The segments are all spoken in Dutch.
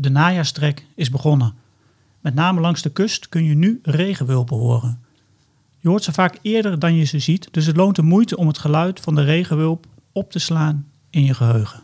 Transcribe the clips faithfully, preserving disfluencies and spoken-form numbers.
De najaarstrek is begonnen. Met name langs de kust kun je nu regenwulpen horen. Je hoort ze vaak eerder dan je ze ziet, dus het loont de moeite om het geluid van de regenwulp op te slaan in je geheugen.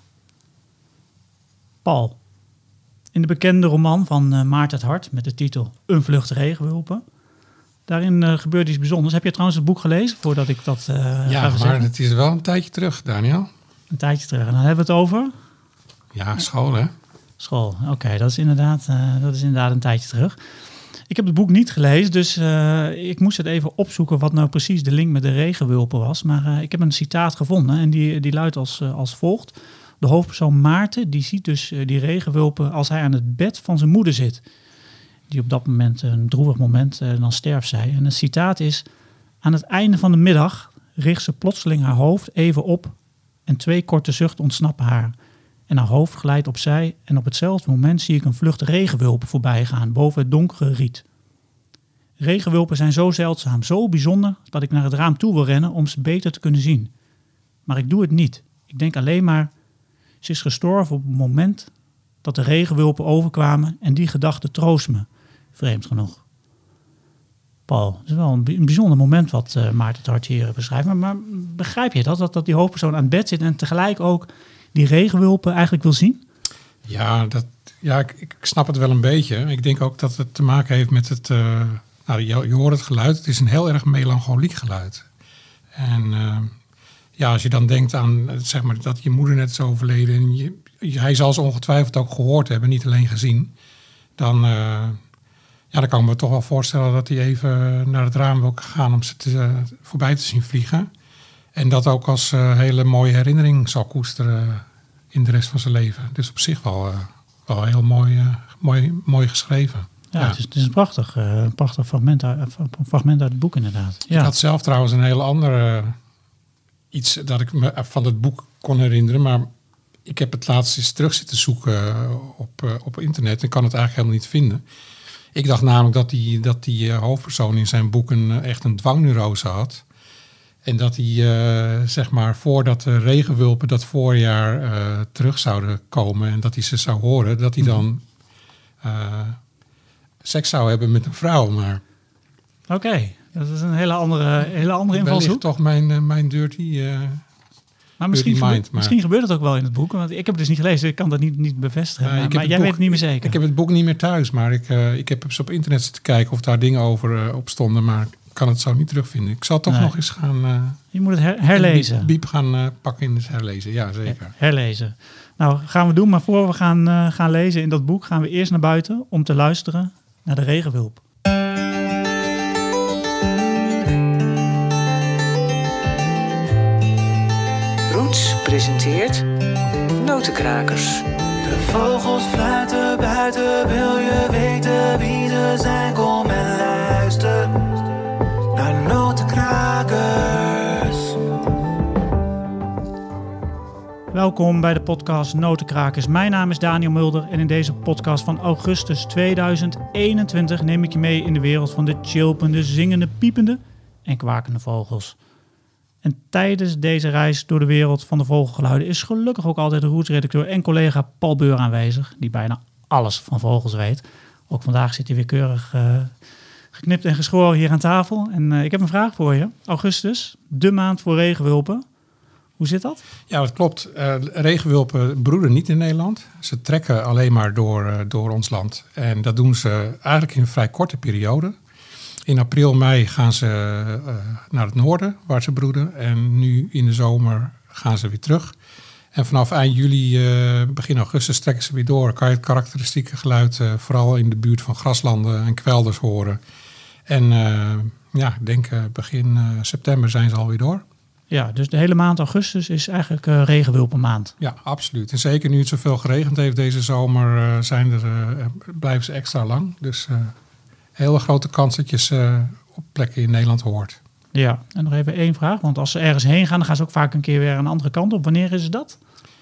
Paul. In de bekende roman van uh, Maarten het Hart met de titel Een vlucht regenwulpen. Daarin uh, gebeurt iets bijzonders. Heb je trouwens het boek gelezen voordat ik dat uh, ja, ga zeggen? Ja, maar het is wel een tijdje terug, Daniel. Een tijdje terug. En dan hebben we het over? Ja, school hè. School, oké. Okay, dat is inderdaad, uh, dat is inderdaad een tijdje terug. Ik heb het boek niet gelezen, dus uh, ik moest het even opzoeken wat nou precies de link met de regenwulpen was. Maar uh, ik heb een citaat gevonden en die, die luidt als, uh, als volgt. De hoofdpersoon Maarten, die ziet dus uh, die regenwulpen als hij aan het bed van zijn moeder zit. Die op dat moment, een droevig moment, uh, dan sterft zij. En het citaat is: aan het einde van de middag richt ze plotseling haar hoofd even op en twee korte zuchten ontsnappen haar. En haar hoofd glijdt opzij en op hetzelfde moment zie ik een vlucht regenwulpen voorbij gaan boven het donkere riet. Regenwulpen zijn zo zeldzaam, zo bijzonder dat ik naar het raam toe wil rennen om ze beter te kunnen zien. Maar ik doe het niet. Ik denk alleen maar, ze is gestorven op het moment dat de regenwulpen overkwamen en die gedachte troost me, vreemd genoeg. Paul, het is wel een bijzonder moment wat uh, Maarten het Hart hier beschrijft. Maar, maar begrijp je dat, dat, dat die hoofdpersoon aan het bed zit en tegelijk ook die regenwulpen eigenlijk wil zien? Ja, dat, ja ik, ik snap het wel een beetje. Ik denk ook dat het te maken heeft met het... Uh, nou, je, je hoort het geluid. Het is een heel erg melancholiek geluid. En uh, ja, als je dan denkt aan zeg maar, dat je moeder net is overleden... en je, hij zal ze ongetwijfeld ook gehoord hebben, niet alleen gezien... dan, uh, ja, dan kan ik me toch wel voorstellen dat hij even naar het raam wil gaan... om ze te, uh, voorbij te zien vliegen... En dat ook als uh, hele mooie herinnering zal koesteren in de rest van zijn leven. Dus op zich wel, uh, wel heel mooi, uh, mooi, mooi geschreven. Ja, ja. Het, is, het is een prachtig, uh, prachtig fragment, uit, een fragment uit het boek inderdaad. Ja. Ik had zelf trouwens een heel andere uh, iets dat ik me van het boek kon herinneren. Maar ik heb het laatst eens terug zitten zoeken op, uh, op internet en kan het eigenlijk helemaal niet vinden. Ik dacht namelijk dat die, dat die uh, hoofdpersoon in zijn boek een, uh, echt een dwangneurose had. En dat hij, uh, zeg maar, voordat de regenwulpen dat voorjaar uh, terug zouden komen... en dat hij ze zou horen, dat hij dan uh, seks zou hebben met een vrouw. Maar Oké, okay. Dat is een hele andere, hele andere invalshoek. Wellicht toch mijn, uh, mijn dirty, uh, maar misschien, dirty mind. Gebeurt, maar misschien gebeurt het ook wel in het boek. Want ik heb het dus niet gelezen, dus ik kan dat niet, niet bevestigen. Nou, maar maar jij boek, weet het niet meer zeker. Ik heb het boek niet meer thuis, maar ik, uh, ik heb eens op internet zitten kijken... of daar dingen over uh, op stonden, maar... kan het zo niet terugvinden. Ik zal toch nee. nog eens gaan... Uh, je moet het her- herlezen. Biep, biep gaan uh, pakken in het herlezen. Ja, zeker. Herlezen. Nou, gaan we doen. Maar voor we gaan, uh, gaan lezen in dat boek... gaan we eerst naar buiten om te luisteren naar de regenwulp. Roots presenteert Notenkrakers. De vogels fluiten buiten. Wil je weten wie ze zijn? Kom en luister naar Notenkrakers. Welkom bij de podcast Notenkrakers. Mijn naam is Daniel Mulder en in deze podcast van augustus tweeduizend eenentwintig neem ik je mee in de wereld van de chilpende, zingende, piepende en kwakende vogels. En tijdens deze reis door de wereld van de vogelgeluiden is gelukkig ook altijd de Roots-redacteur en collega Paul Beur aanwezig, die bijna alles van vogels weet. Ook vandaag zit hij weer keurig uh, geknipt en geschoren hier aan tafel. En uh, ik heb een vraag voor je. Augustus, de maand voor regenwulpen. Hoe zit dat? Ja, dat klopt. Uh, regenwulpen broeden niet in Nederland. Ze trekken alleen maar door, uh, door ons land. En dat doen ze eigenlijk in een vrij korte periode. In april, mei gaan ze uh, naar het noorden, waar ze broeden. En nu in de zomer gaan ze weer terug. En vanaf eind juli, uh, begin augustus trekken ze weer door. Kan je het karakteristieke geluid uh, vooral in de buurt van graslanden en kwelders horen. En uh, ja, ik denk uh, begin uh, september zijn ze alweer door. Ja, dus de hele maand augustus is eigenlijk uh, regenwulpenmaand. Ja, absoluut. En zeker nu het zoveel geregend heeft deze zomer, uh, zijn er, uh, blijven ze extra lang. Dus uh, hele grote kans dat je ze op plekken in Nederland hoort. Ja, en nog even één vraag. Want als ze ergens heen gaan, dan gaan ze ook vaak een keer weer een andere kant op. Wanneer is dat?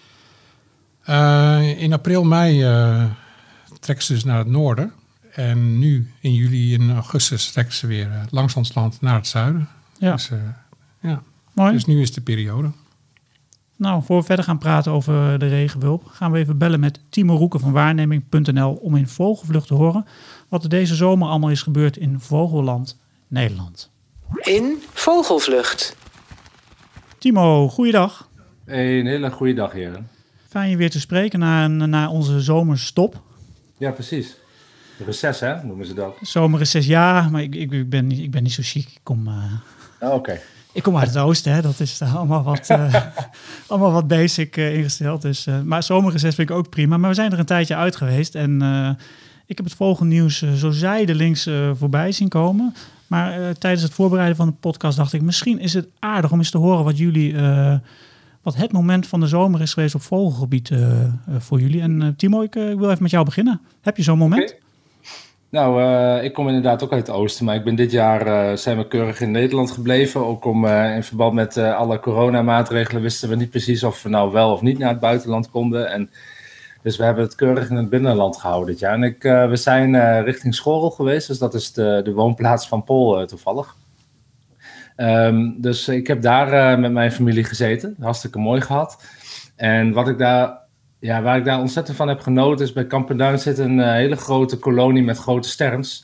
Uh, in april, mei uh, trekken ze dus naar het noorden. En nu in juli en augustus trekken ze weer uh, langs ons land naar het zuiden. Ja. Dus, uh, ja. Mooi. Dus nu is de periode. Nou, voor we verder gaan praten over de regenwulp, gaan we even bellen met Timo Roeken van waarneming punt n l om in Vogelvlucht te horen wat er deze zomer allemaal is gebeurd in Vogelland, Nederland. In Vogelvlucht. Timo, goeiedag. Hey, een hele goede dag, heren. Fijn je weer te spreken na, na onze zomerstop. Ja, precies. Reces, hè, noemen ze dat. Zomerreces, ja, maar ik, ik, ik, ben, niet, ik ben niet zo chic. Ik kom, uh, oh, Oké. Okay. Ik kom uit het oosten, hè. Dat is allemaal wat, uh, allemaal wat basic uh, ingesteld. Dus, uh, maar zomerreces vind ik ook prima. Maar we zijn er een tijdje uit geweest. En uh, ik heb het volgende nieuws uh, zo zijdelings uh, voorbij zien komen. Maar uh, tijdens het voorbereiden van de podcast dacht ik, misschien is het aardig om eens te horen wat jullie, uh, wat het moment van de zomer is geweest op vogelgebied uh, uh, voor jullie. En uh, Timo, ik, uh, ik wil even met jou beginnen. Heb je zo'n moment? Okay. Nou, uh, ik kom inderdaad ook uit het oosten, maar ik ben dit jaar uh, zijn we keurig in Nederland gebleven. Ook om uh, in verband met uh, alle coronamaatregelen wisten we niet precies of we nou wel of niet naar het buitenland konden. En dus we hebben het keurig in het binnenland gehouden dit jaar. En ik, uh, we zijn uh, richting Schorrel geweest, dus dat is de, de woonplaats van Pol uh, toevallig. Um, dus ik heb daar uh, met mijn familie gezeten, hartstikke mooi gehad. En wat ik daar... Ja, waar ik daar ontzettend van heb genoten is bij Kampenduin zit een uh, hele grote kolonie met grote sterns.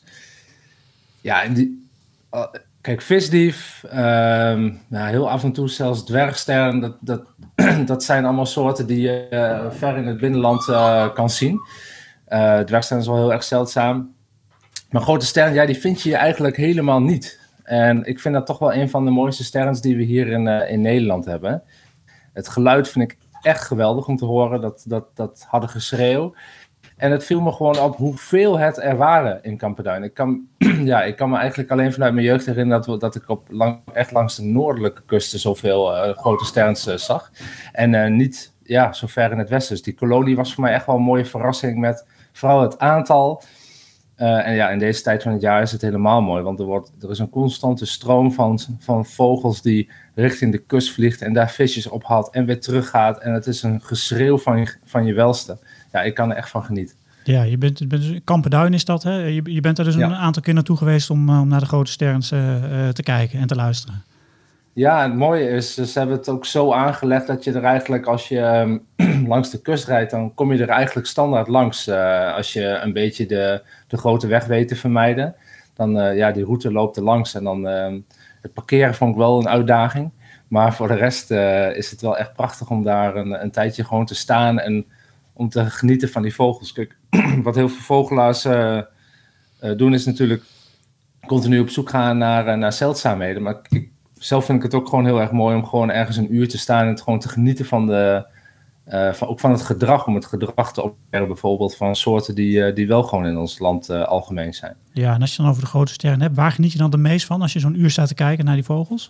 Ja, en die, uh, kijk, visdief, uh, ja, heel af en toe zelfs dwergstern, dat, dat, dat zijn allemaal soorten die je uh, ver in het binnenland uh, kan zien. Uh, dwergstern is wel heel erg zeldzaam. Maar grote sterren, ja, die vind je eigenlijk helemaal niet. En ik vind dat toch wel een van de mooiste sterns die we hier in, uh, in Nederland hebben. Het geluid vind ik echt geweldig om te horen, dat, dat, dat harde geschreeuw. En het viel me gewoon op hoeveel het er waren in Kampenduin. Ik kan, ja, ik kan me eigenlijk alleen vanuit mijn jeugd herinneren dat, we, dat ik op lang, echt langs de noordelijke kusten zoveel uh, grote sterns uh, zag. En uh, niet ja, zo ver in het westen. Dus die kolonie was voor mij echt wel een mooie verrassing met vooral het aantal. Uh, en ja, in deze tijd van het jaar is het helemaal mooi, want er, wordt, er is een constante stroom van, van vogels die richting de kust vliegt en daar visjes ophaalt en weer teruggaat. En het is een geschreeuw van je, van je welste. Ja, ik kan er echt van genieten. Ja, je bent, bent Kampenduin is dat, hè? Je, je bent er dus ja. een aantal keer naartoe geweest om, om naar de grote sterns uh, uh, te kijken en te luisteren. Ja, het mooie is, ze hebben het ook zo aangelegd dat je er eigenlijk, als je um, langs de kust rijdt, dan kom je er eigenlijk standaard langs. Uh, als je een beetje de, de grote weg weet te vermijden, dan uh, ja, die route loopt er langs. En dan, uh, het parkeren vond ik wel een uitdaging. Maar voor de rest uh, is het wel echt prachtig om daar een, een tijdje gewoon te staan en om te genieten van die vogels. Kijk, wat heel veel vogelaars uh, uh, doen is natuurlijk continu op zoek gaan naar, uh, naar zeldzaamheden. Maar ik, zelf vind ik het ook gewoon heel erg mooi om gewoon ergens een uur te staan en het gewoon te genieten van de, uh, van, ook van het gedrag, om het gedrag te observeren bijvoorbeeld van soorten die, uh, die wel gewoon in ons land uh, algemeen zijn. Ja, en als je dan over de grote sterren hebt, waar geniet je dan de meest van als je zo'n uur staat te kijken naar die vogels?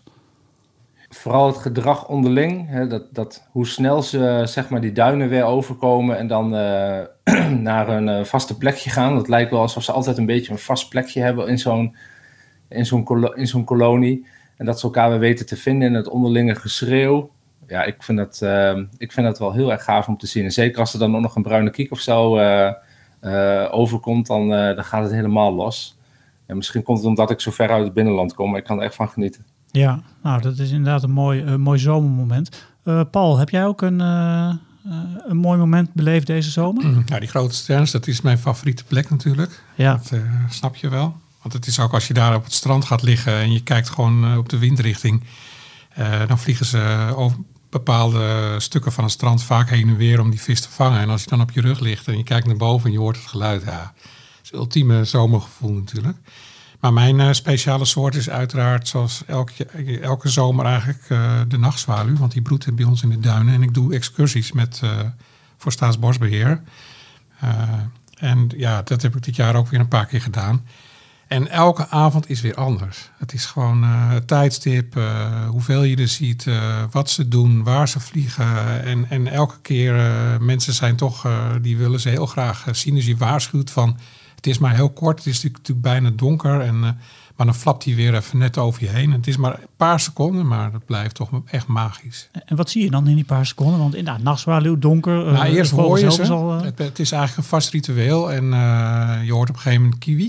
Vooral het gedrag onderling, hè, dat, dat, hoe snel ze zeg maar die duinen weer overkomen en dan uh, naar een uh, vaste plekje gaan. Dat lijkt wel alsof ze altijd een beetje een vast plekje hebben in zo'n, in zo'n, kolo- in zo'n kolonie. En dat ze elkaar weer weten te vinden in het onderlinge geschreeuw. Ja, ik vind dat, uh, ik vind dat wel heel erg gaaf om te zien. En zeker als er dan ook nog een bruine kiek of zo uh, uh, overkomt, dan, uh, dan gaat het helemaal los. En misschien komt het omdat ik zo ver uit het binnenland kom, maar ik kan er echt van genieten. Ja, nou dat is inderdaad een mooi, uh, mooi zomermoment. Uh, Paul, heb jij ook een, uh, uh, een mooi moment beleefd deze zomer? Nou, die grote sterns, dat is mijn favoriete plek natuurlijk. Ja. Dat uh, snap je wel. Want het is ook als je daar op het strand gaat liggen en je kijkt gewoon uh, op de windrichting. Uh, dan vliegen ze over bepaalde stukken van het strand vaak heen en weer om die vis te vangen. En als je dan op je rug ligt en je kijkt naar boven en je hoort het geluid. Ja, dat is het ultieme zomergevoel natuurlijk. Maar mijn uh, speciale soort is uiteraard zoals elke, elke zomer eigenlijk uh, de nachtzwaluw. Want die broedt bij ons in de duinen. En ik doe excursies met, uh, voor Staatsbosbeheer. Uh, en ja, dat heb ik dit jaar ook weer een paar keer gedaan. En elke avond is weer anders. Het is gewoon uh, het tijdstip, uh, hoeveel je er ziet, uh, wat ze doen, waar ze vliegen. En, en elke keer, uh, mensen zijn toch, uh, die willen ze heel graag uh, zien. Dus je waarschuwt van, het is maar heel kort, het is natuurlijk, natuurlijk bijna donker. En, uh, maar dan flapt hij weer even net over je heen. En het is maar een paar seconden, maar dat blijft toch echt magisch. En wat zie je dan in die paar seconden? Want inderdaad, nachtzwaluw, donker. Uh, nou, eerst hoor je ze. Al, uh... het, het is eigenlijk een vast ritueel. En uh, je hoort op een gegeven moment kiwi.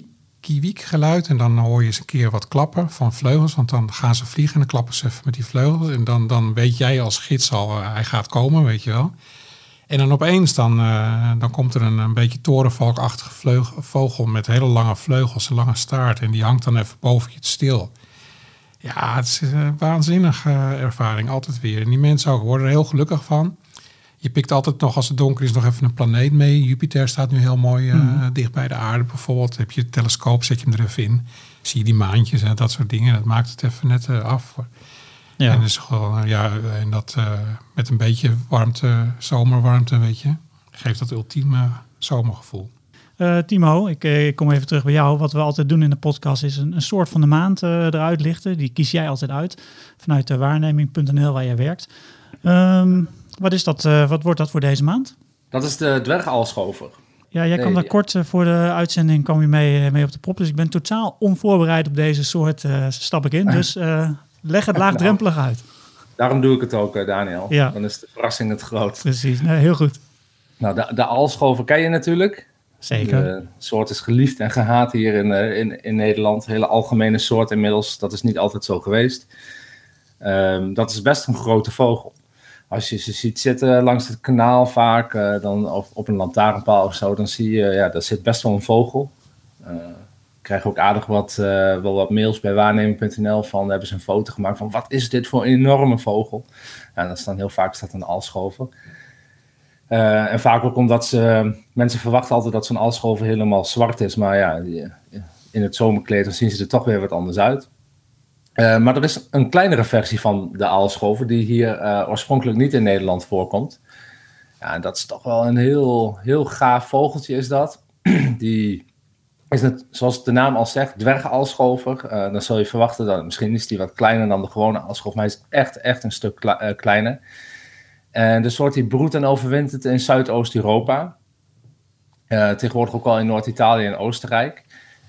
kiewiek geluid. En dan hoor je eens een keer wat klappen van vleugels. Want dan gaan ze vliegen en dan klappen ze even met die vleugels. En dan, dan weet jij als gids al, uh, hij gaat komen, weet je wel. En dan opeens dan, uh, dan komt er een, een beetje torenvalkachtige vleugel, vogel met hele lange vleugels, een lange staart. En die hangt dan even boven je stil. Ja, het is een waanzinnige ervaring, altijd weer. En die mensen ook worden er heel gelukkig van. Je pikt altijd nog, als het donker is, nog even een planeet mee. Jupiter staat nu heel mooi uh, mm. dicht bij de aarde bijvoorbeeld. Heb je het telescoop, zet je hem er even in. Zie je die maantjes en dat soort dingen. Dat maakt het even net uh, af. Ja. En, dus gewoon, uh, ja, en dat uh, met een beetje warmte, zomerwarmte, weet je. Geeft dat ultieme zomergevoel. Uh, Timo, ik, ik kom even terug bij jou. Wat we altijd doen in de podcast is een, een soort van de maand uh, eruit lichten. Die kies jij altijd uit vanuit de waarneming punt n l waar jij werkt. Um, wat, is dat, uh, wat wordt dat voor deze maand? Dat is de dwergalschover. Ja, jij nee, kwam daar ja. kort uh, voor de uitzending kwam je mee, uh, mee op de prop. Dus ik ben totaal onvoorbereid op deze soort uh, stap ik in. Dus uh, leg het laagdrempelig nou, uit. Daarom doe ik het ook, uh, Daniel. Ja. Dan is de verrassing het groot. Precies, nee, heel goed. Nou, de, de aalschover ken je natuurlijk. Zeker. De soort is geliefd en gehaat hier in, uh, in, in Nederland. Hele algemene soort inmiddels. Dat is niet altijd zo geweest. Um, dat is best een grote vogel. Als je ze ziet zitten langs het kanaal vaak, uh, dan, of op een lantaarnpaal of zo, dan zie je, ja, daar zit best wel een vogel. Uh, ik krijg ook aardig wat, uh, wel wat mails bij waarneming punt n l van, hebben ze een foto gemaakt van, wat is dit voor een enorme vogel? Ja, dat is dan heel vaak staat een aalschover. Uh, en vaak ook omdat ze, mensen verwachten altijd dat zo'n aalschover helemaal zwart is, maar ja, die, in het zomerkleed dan zien ze er toch weer wat anders uit. Uh, maar er is een kleinere versie van de aalschover die hier uh, oorspronkelijk niet in Nederland voorkomt. Ja, en dat is toch wel een heel, heel gaaf vogeltje is dat. Die is het, zoals de naam al zegt, dwergaalschover. Uh, dan zul je verwachten dat misschien is die wat kleiner dan de gewone aalschover, maar hij is echt, echt een stuk kle- uh, kleiner. En de soort die broedt en overwintert in Zuidoost-Europa. Uh, tegenwoordig ook wel in Noord-Italië en Oostenrijk.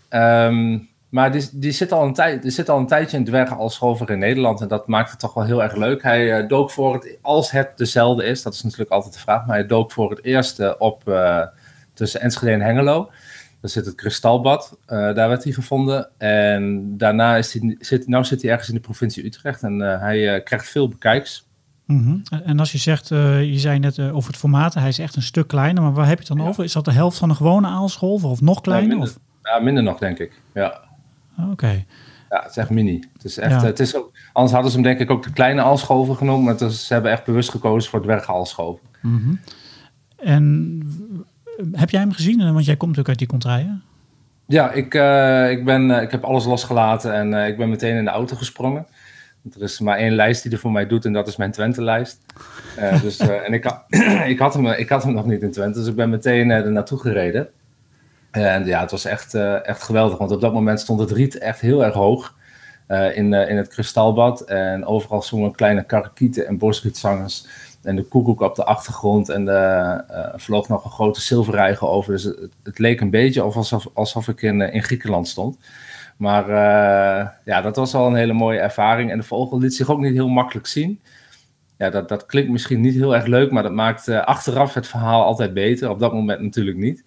Um, Maar die, die zit al een tijd, er zit al een tijdje een dwergaalschover in Nederland. En dat maakt het toch wel heel erg leuk. Hij uh, dook voor het, als het dezelfde is, dat is natuurlijk altijd de vraag. Maar hij dook voor het eerst uh, op uh, tussen Enschede en Hengelo. Daar zit het Kristalbad. Uh, daar werd hij gevonden. En daarna is hij, zit, nou zit hij ergens in de provincie Utrecht. En uh, hij uh, krijgt veel bekijks. Mm-hmm. En als je zegt, uh, je zei net uh, over het formaat, hij is echt een stuk kleiner. Maar waar heb je het dan ja. over? Is dat de helft van een gewone aalschover of nog kleiner? Ja, minder, of? Ja, minder nog, denk ik. Ja. Oké. Okay. Ja, het is echt mini. Het is echt, ja. het is ook, anders hadden ze hem denk ik ook de kleine aalschover genoemd, maar is, ze hebben echt bewust gekozen voor dwergaalschover. Mm-hmm. En heb jij hem gezien? Want jij komt natuurlijk uit die contraien. Ja, ik, uh, ik, ben, uh, ik heb alles losgelaten en uh, ik ben meteen in de auto gesprongen. Want er is maar één lijst die er voor mij doet en dat is mijn Twente-lijst. Uh, dus, uh, en ik, ha- ik, had hem, ik had hem nog niet in Twente, dus ik ben meteen uh, er naartoe gereden. En ja, het was echt, uh, echt geweldig, want op dat moment stond het riet echt heel erg hoog uh, in, uh, in het Kristalbad. En overal zongen kleine karakieten en bosrietzangers en de koekoek op de achtergrond. En er uh, vloog nog een grote zilverreiger over, dus het, het leek een beetje alsof, alsof ik in, uh, in Griekenland stond. Maar uh, ja, dat was al een hele mooie ervaring. En de vogel liet zich ook niet heel makkelijk zien. Ja, dat, dat klinkt misschien niet heel erg leuk, maar dat maakt uh, achteraf het verhaal altijd beter. Op dat moment natuurlijk niet.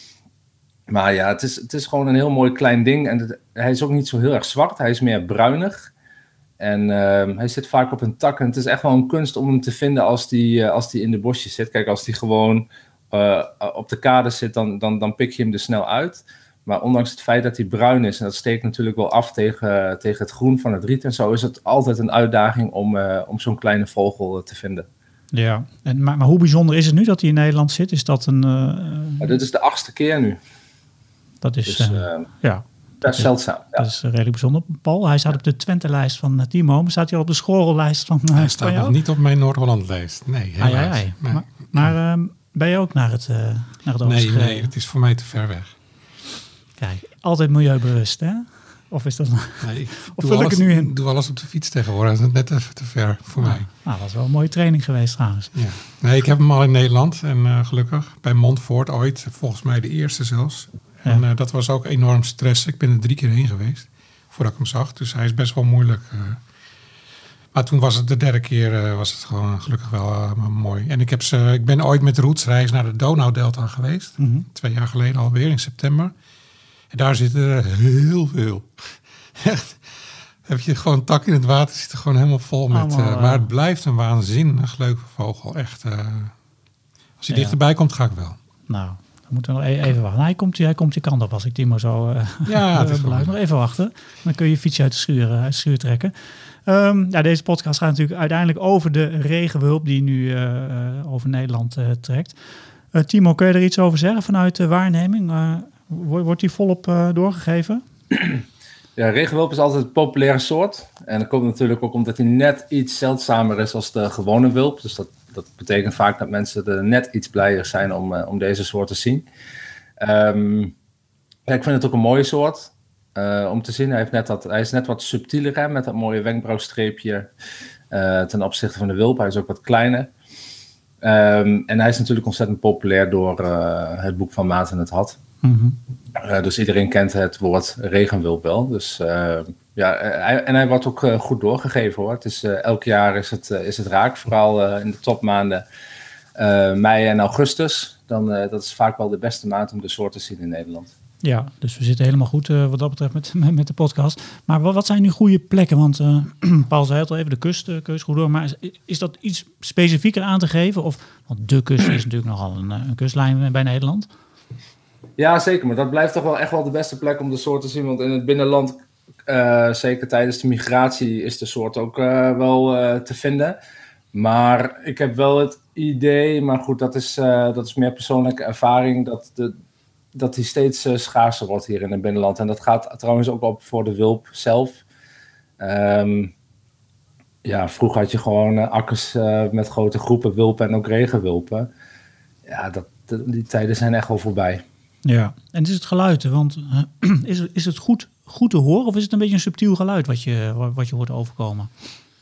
Maar ja, het is, het is gewoon een heel mooi klein ding. En het, hij is ook niet zo heel erg zwart. Hij is meer bruinig. En uh, hij zit vaak op een tak. En het is echt wel een kunst om hem te vinden als die, uh, als die in de bosjes zit. Kijk, als die gewoon uh, op de kade zit, dan, dan, dan pik je hem er snel uit. Maar ondanks het feit dat hij bruin is, en dat steekt natuurlijk wel af tegen, tegen het groen van het riet en zo, is het altijd een uitdaging om, uh, om zo'n kleine vogel te vinden. Ja, en, maar, maar hoe bijzonder is het nu dat hij in Nederland zit? Is dat een... Uh, ja, dit is de achtste keer nu. Dat is, dus, uh, uh, ja, dat is zeldzaam. Ja. Dat is redelijk bijzonder. Paul, hij staat op de Twente-lijst van uh, Timo. Maar staat hij al op de Schorrel-lijst van uh, Hij staat nog niet op mijn Noord-Holland-lijst. Nee, helaas. Ah, ja, ja. Nee. Maar, maar uh, ben je ook naar het, uh, naar het Nee, nee, het is voor mij te ver weg. Kijk, altijd milieubewust, hè? Of is dat... Nee, ik of doe vul alles, ik het nu in? Ik doe alles op de fiets tegenwoordig. Dat is net even te ver voor ah, mij. Nou, dat was wel een mooie training geweest trouwens. Ja. Nee, ik heb hem al in Nederland. En uh, gelukkig bij Montfort ooit. Volgens mij de eerste zelfs. Ja. En uh, dat was ook enorm stress. Ik ben er drie keer heen geweest. Voordat ik hem zag. Dus hij is best wel moeilijk. Uh. Maar toen was het de derde keer. Uh, was het gewoon gelukkig wel uh, mooi. En ik, heb ze, ik ben ooit met de roetsreis naar de Donaudelta geweest. Mm-hmm. Twee jaar geleden alweer in september. En daar zitten er heel veel. Echt. Heb je gewoon tak in het water, zit er gewoon helemaal vol met. Allemaal, Uh, maar het blijft een waanzinnig leuke vogel. Echt. Uh, als hij ja. dichterbij komt, ga ik wel. Nou, dan moeten we nog e- even wachten. Hij komt, hij komt die kant op als ik Timo zo uh, ja, het is beluister. Nog even wachten. Dan kun je je fietsje uit de schuur, uit de schuur trekken. Um, ja, deze podcast gaat natuurlijk uiteindelijk over de regenwulp die nu uh, uh, over Nederland uh, trekt. Uh, Timo, kun je er iets over zeggen vanuit de waarneming? Uh, wordt die volop uh, doorgegeven? Ja, regenwulp is altijd een populaire soort. En dat komt natuurlijk ook omdat hij net iets zeldzamer is als de gewone wulp. Dus dat, dat betekent vaak dat mensen er net iets blijer zijn om, uh, om deze soort te zien. Um, ja, ik vind het ook een mooie soort uh, om te zien. Hij, heeft net dat, hij is net wat subtieler hè, met dat mooie wenkbrauwstreepje uh, ten opzichte van de wulp. Hij is ook wat kleiner. Um, en hij is natuurlijk ontzettend populair door uh, het boek van Maarten het Had. Mm-hmm. Uh, dus iedereen kent het woord regenwulp wel. Dus, uh, ja, hij, en hij wordt ook uh, goed doorgegeven hoor. Het is, uh, elk jaar is het, uh, is het raak, vooral uh, in de topmaanden uh, mei en augustus. Dan, uh, dat is vaak wel de beste maand om de soort te zien in Nederland. Ja, dus we zitten helemaal goed uh, wat dat betreft met, met de podcast. Maar wat, wat zijn nu goede plekken? Want uh, Paul zei het al even, de kust, uh, kust goed door. Maar is, is dat iets specifieker aan te geven? Of, want de kust is natuurlijk nogal een, een kustlijn bij Nederland. Ja, zeker. Maar dat blijft toch wel echt wel de beste plek om de soort te zien. Want in het binnenland, uh, zeker tijdens de migratie, is de soort ook uh, wel uh, te vinden. Maar ik heb wel het idee, maar goed, dat is, uh, dat is meer persoonlijke ervaring, dat, de, dat die steeds uh, schaarser wordt hier in het binnenland. En dat gaat trouwens ook op voor de wulp zelf. Um, ja, vroeger had je gewoon uh, akkers uh, met grote groepen wulpen en ook regenwulpen. Ja, dat, de, die tijden zijn echt wel voorbij. Ja, en is het geluid, want uh, is, is het goed, goed te horen of is het een beetje een subtiel geluid wat je, wat je hoort overkomen?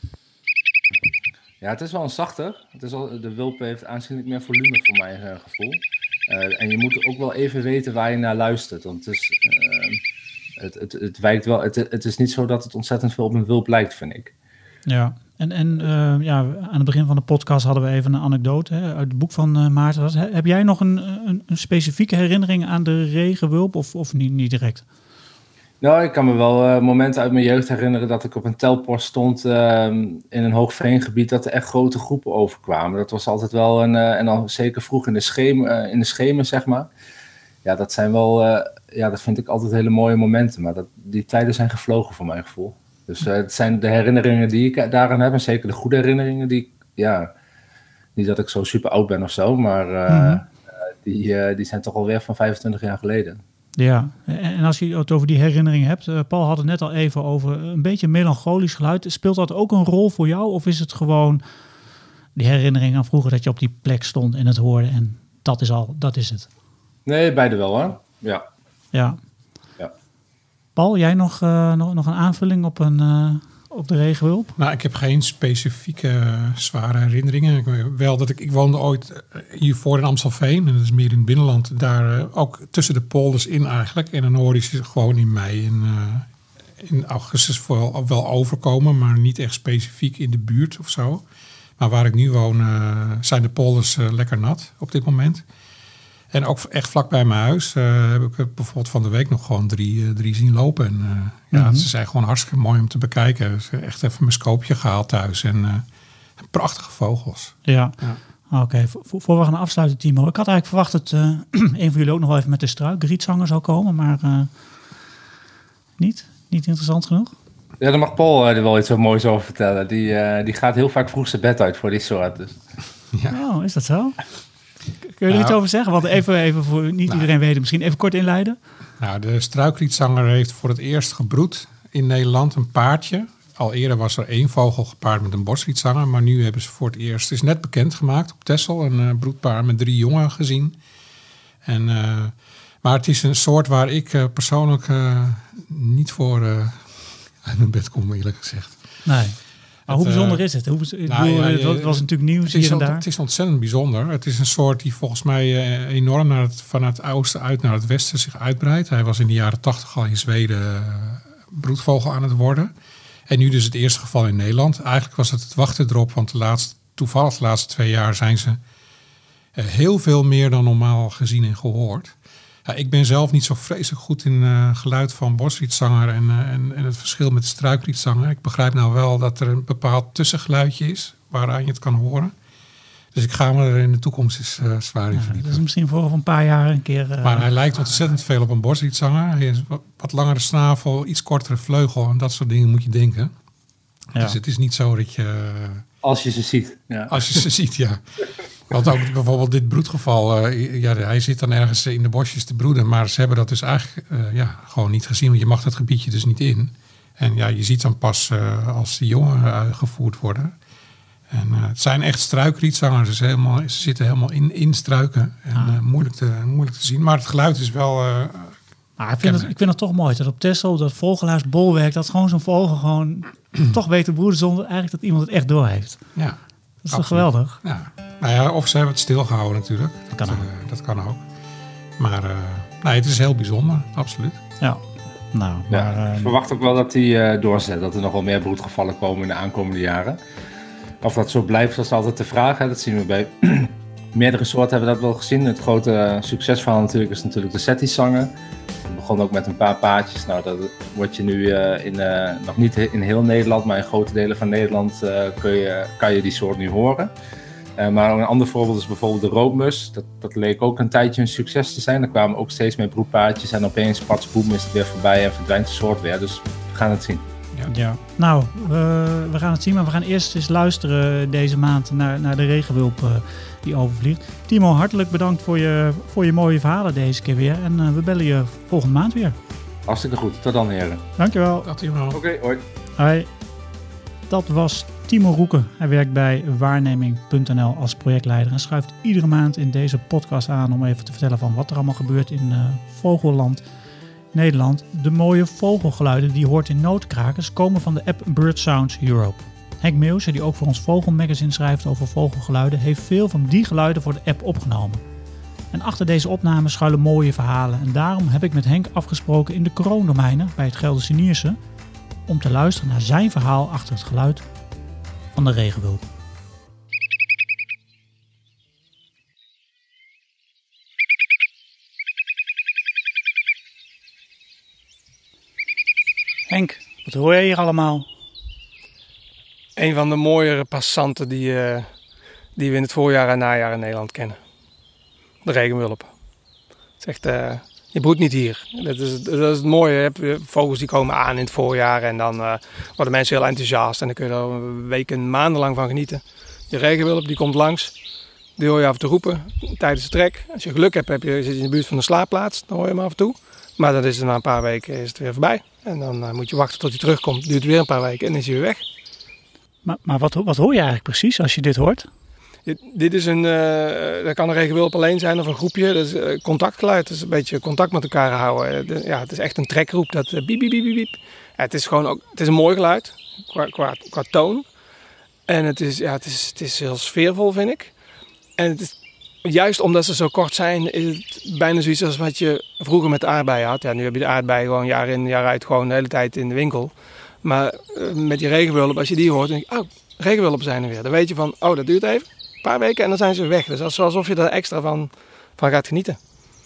Ja, het is wel een zachter. Het is al, de wulp heeft aanzienlijk meer volume voor mijn uh, gevoel. Uh, en je moet ook wel even weten waar je naar luistert. Want het, is, uh, het, het, het wijkt wel. Het, het is niet zo dat het ontzettend veel op een wulp lijkt, vind ik. Ja, en, en uh, ja, aan het begin van de podcast hadden we even een anekdote hè, uit het boek van uh, Maarten. Heb jij nog een, een, een specifieke herinnering aan de regenwulp of, of niet, niet direct? Nou, ik kan me wel uh, momenten uit mijn jeugd herinneren dat ik op een telpost stond uh, in een hoogveengebied dat er echt grote groepen overkwamen. Dat was altijd wel een, uh, en dan zeker vroeg in de schemer, uh, in de schemer zeg maar. Ja, dat zijn wel, uh, ja, dat vind ik altijd hele mooie momenten, maar dat, die tijden zijn gevlogen voor mijn gevoel. Dus uh, het zijn de herinneringen die ik daaraan heb en zeker de goede herinneringen die, ja, niet dat ik zo super oud ben of zo, maar uh, mm-hmm. uh, die, uh, die zijn toch alweer van vijfentwintig jaar geleden. Ja, en als je het over die herinneringen hebt, uh, Paul had het net al even over een beetje een melancholisch geluid. Speelt dat ook een rol voor jou of is het gewoon die herinnering aan vroeger dat je op die plek stond en het hoorde en dat is al, dat is het? Nee, beide wel hoor. Ja. Ja. Ja. Paul, jij nog, uh, nog, nog een aanvulling op, een, uh, op de regenwulp? Nou, ik heb geen specifieke uh, zware herinneringen. Ik, wel dat ik, ik woonde ooit uh, hiervoor in Amstelveen. En dat is meer in het binnenland. Daar uh, ook tussen de polders in eigenlijk. En dan hoor je ze gewoon in mei en uh, in augustus wel, wel overkomen. Maar niet echt specifiek in de buurt of zo. Maar waar ik nu woon uh, zijn de polders uh, lekker nat op dit moment. En ook echt vlak bij mijn huis uh, heb ik bijvoorbeeld van de week nog gewoon drie, uh, drie zien lopen. En uh, ja, mm-hmm. Ze zijn gewoon hartstikke mooi om te bekijken. Dus echt even mijn scoopje gehaald thuis. En uh, prachtige vogels. Ja, ja. Oké. Okay. Voor, voor we gaan afsluiten, Timo. Ik had eigenlijk verwacht dat uh, een van jullie ook nog wel even met de struikrietzanger zou komen. Maar uh, niet? Niet interessant genoeg? Ja, daar mag Paul uh, er wel iets zo moois over vertellen. Die, uh, die gaat heel vaak vroeg zijn bed uit voor die soort. Dus. Ja. Oh, is dat zo? Kun je er nou, iets over zeggen? Want even, even voor niet nou, iedereen weet, misschien even kort inleiden. Nou, de struikrietzanger heeft voor het eerst gebroed in Nederland een paardje. Al eerder was er één vogel gepaard met een bosrietzanger, maar nu hebben ze voor het eerst, het is net bekendgemaakt op Texel, een uh, broedpaar met drie jongen gezien. En, uh, maar het is een soort waar ik uh, persoonlijk uh, niet voor uh, uit mijn bed kom, eerlijk gezegd. Nee. Maar hoe bijzonder is het? Hoe, ik nou, bedoel, ja, ja, het was natuurlijk nieuws hier en daar. Het is ontzettend bijzonder. Het is een soort die volgens mij uh, enorm naar het, van het oosten uit naar het westen zich uitbreidt. Hij was in de jaren tachtig al in Zweden uh, broedvogel aan het worden. En nu dus het eerste geval in Nederland. Eigenlijk was het het wachten erop, want de laatste, toevallig de laatste twee jaar zijn ze uh, heel veel meer dan normaal gezien en gehoord. Ja, ik ben zelf niet zo vreselijk goed in uh, geluid van bosrietzanger en, uh, en, en het verschil met struikrietzanger. Ik begrijp nou wel dat er een bepaald tussengeluidje is waaraan je het kan horen. Dus ik ga me er in de toekomst eens uh, zwaar in Ja, verdiepen. dat is misschien voor een paar jaar een keer... Uh, maar hij lijkt ontzettend veel op een bosrietzanger. Hij is wat, wat langere snavel, iets kortere vleugel en dat soort dingen moet je denken. Ja. Dus het is niet zo dat je... Uh, als je ze ziet. Ja. Als je ze ziet, ja. Want ook bijvoorbeeld dit broedgeval, uh, ja, hij zit dan ergens in de bosjes te broeden, maar ze hebben dat dus eigenlijk uh, ja, gewoon niet gezien, want je mag dat gebiedje dus niet in. En ja, je ziet dan pas uh, als die jongen uh, gevoerd worden. En uh, het zijn echt struikrietzangers, dus helemaal, ze zitten helemaal in, in struiken en ah. uh, moeilijk, te, moeilijk te zien. Maar het geluid is wel... Uh, maar ik, vind het, ik vind het toch mooi dat op Texel dat vogelhuisbolwerk, dat gewoon zo'n vogel gewoon toch weet te broeden zonder eigenlijk dat iemand het echt door heeft. Ja. Dat is toch geweldig? Ja. Nou ja, of ze hebben het stilgehouden natuurlijk. Dat kan ook. Uh, dat kan ook. Maar uh, nee, het is heel bijzonder, absoluut. Ja. Nou, maar, ja, uh, ik verwacht ook wel dat hij uh, doorzet. Dat er nog wel meer broedgevallen komen in de aankomende jaren. Of dat zo blijft, dat is altijd de vraag. Hè. Dat zien we bij meerdere soorten hebben we dat wel gezien. Het grote succesverhaal natuurlijk is natuurlijk de Settizanger. Het begon ook met een paar paardjes. Nou, dat wordt je nu uh, in, uh, nog niet in heel Nederland, maar in grote delen van Nederland uh, kun je, kan je die soort nu horen. Uh, maar een ander voorbeeld is bijvoorbeeld de roodmus. Dat, dat leek ook een tijdje een succes te zijn. Er kwamen ook steeds meer broedpaardjes en opeens patsboem is het weer voorbij en verdwijnt de soort weer. Dus we gaan het zien. Ja. Ja. Nou, uh, we gaan het zien, maar we gaan eerst eens luisteren deze maand naar, naar de regenwulp uh, die overvliegt. Timo, hartelijk bedankt voor je, voor je mooie verhalen deze keer weer. En uh, we bellen je volgende maand weer. Hartstikke goed. Tot dan, heren. Dankjewel. Tot Timo. Oké, okay, hoi. Hoi. Dat was Timo Roeken. Hij werkt bij waarneming punt n l als projectleider en schuift iedere maand in deze podcast aan om even te vertellen van wat er allemaal gebeurt in uh, Vogelland Nederland. De mooie vogelgeluiden die je hoort in notenkrakers komen van de app Bird Sounds Europe. Henk Meeuwse, die ook voor ons Vogelmagazine schrijft over vogelgeluiden, heeft veel van die geluiden voor de app opgenomen. En achter deze opnames schuilen mooie verhalen en daarom heb ik met Henk afgesproken in de kroondomeinen bij het Gelderse Nierse om te luisteren naar zijn verhaal achter het geluid van de regenwulp. Henk, wat hoor je hier allemaal? Een van de mooiere passanten die, uh, die we in het voorjaar en najaar in Nederland kennen. De regenwulp. Het is echt, uh, je broedt niet hier. Dat is, dat is het mooie. Je hebt vogels die komen aan in het voorjaar en dan uh, worden mensen heel enthousiast. En dan kun je er weken, maandenlang van genieten. De regenwulp die komt langs. Die hoor je af en toe roepen tijdens de trek. Als je geluk hebt, heb je, zit je in de buurt van de slaapplaats. Dan hoor je hem af en toe. Maar dan is het na een paar weken is het weer voorbij. En dan uh, moet je wachten tot hij terugkomt. Duurt weer een paar weken en dan is hij weer weg. Maar, maar wat, wat hoor je eigenlijk precies als je dit hoort? Dit, dit is een, uh, dat kan een regenwulp alleen zijn of een groepje. Dat is uh, contactgeluid. Dat is een beetje contact met elkaar houden. Uh, de, ja, het is echt een trekroep. Dat uh, biep, biep, biep, biep. Ja, het is gewoon ook, het is een mooi geluid qua, qua, qua toon. En het is, ja, het, is, het is heel sfeervol, vind ik. En het is, juist omdat ze zo kort zijn, is het bijna zoiets als wat je vroeger met de aardbeien had. Ja, nu heb je de aardbeien gewoon jaar in jaar uit gewoon de hele tijd in de winkel. Maar uh, met die regenwulp, als je die hoort, dan denk je, oh, regenwulpen zijn er weer. Dan weet je van, oh, dat duurt even, een paar weken en dan zijn ze weg. Dus het is alsof je er extra van, van gaat genieten.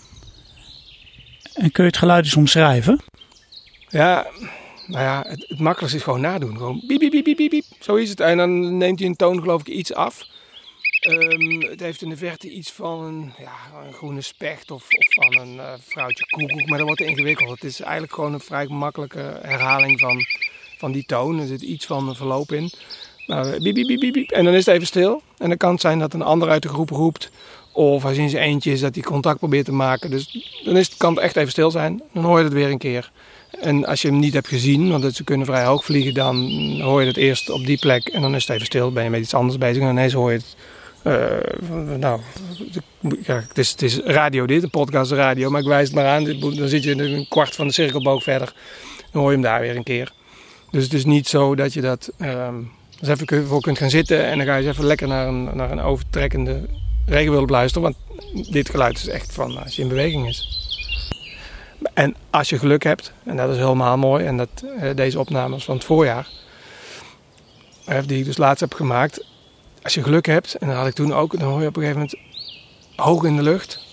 En kun je het geluid eens omschrijven? Ja, nou ja, het, het makkelijkste is gewoon nadoen. Gewoon biep, biep, biep, biep, biep. Zo is het. En dan neemt hij een toon geloof ik iets af. Um, het heeft in de verte iets van een, ja, een groene specht of, of van een uh, vrouwtje koekoek, maar dat wordt ingewikkeld. Het is eigenlijk gewoon een vrij makkelijke herhaling van, van die toon. Er zit iets van een verloop in. Nou, biep, biep, biep, biep, biep. En dan is het even stil. En dan kan het zijn dat een ander uit de groep roept. Of als hij in zijn eentje is dat hij contact probeert te maken. Dus dan is het, kan het echt even stil zijn. Dan hoor je het weer een keer. En als je hem niet hebt gezien, want ze kunnen vrij hoog vliegen, dan hoor je het eerst op die plek. En dan is het even stil. Ben je met iets anders bezig en ineens hoor je het. Uh, nou, ja, het, is, het is radio dit, een podcast radio, maar ik wijs het maar aan. Dan zit je een kwart van de cirkelboog verder. Dan hoor je hem daar weer een keer. Dus het is niet zo dat je dat um, eens even voor kunt gaan zitten en dan ga je eens even lekker naar een, naar een overtrekkende regenwulp luisteren. Want dit geluid is echt van als je in beweging is. En als je geluk hebt, en dat is helemaal mooi, en dat, uh, deze opnames van het voorjaar, uh, die ik dus laatst heb gemaakt. Als je geluk hebt, en dat had ik toen ook, dan hoor je op een gegeven moment hoog in de lucht,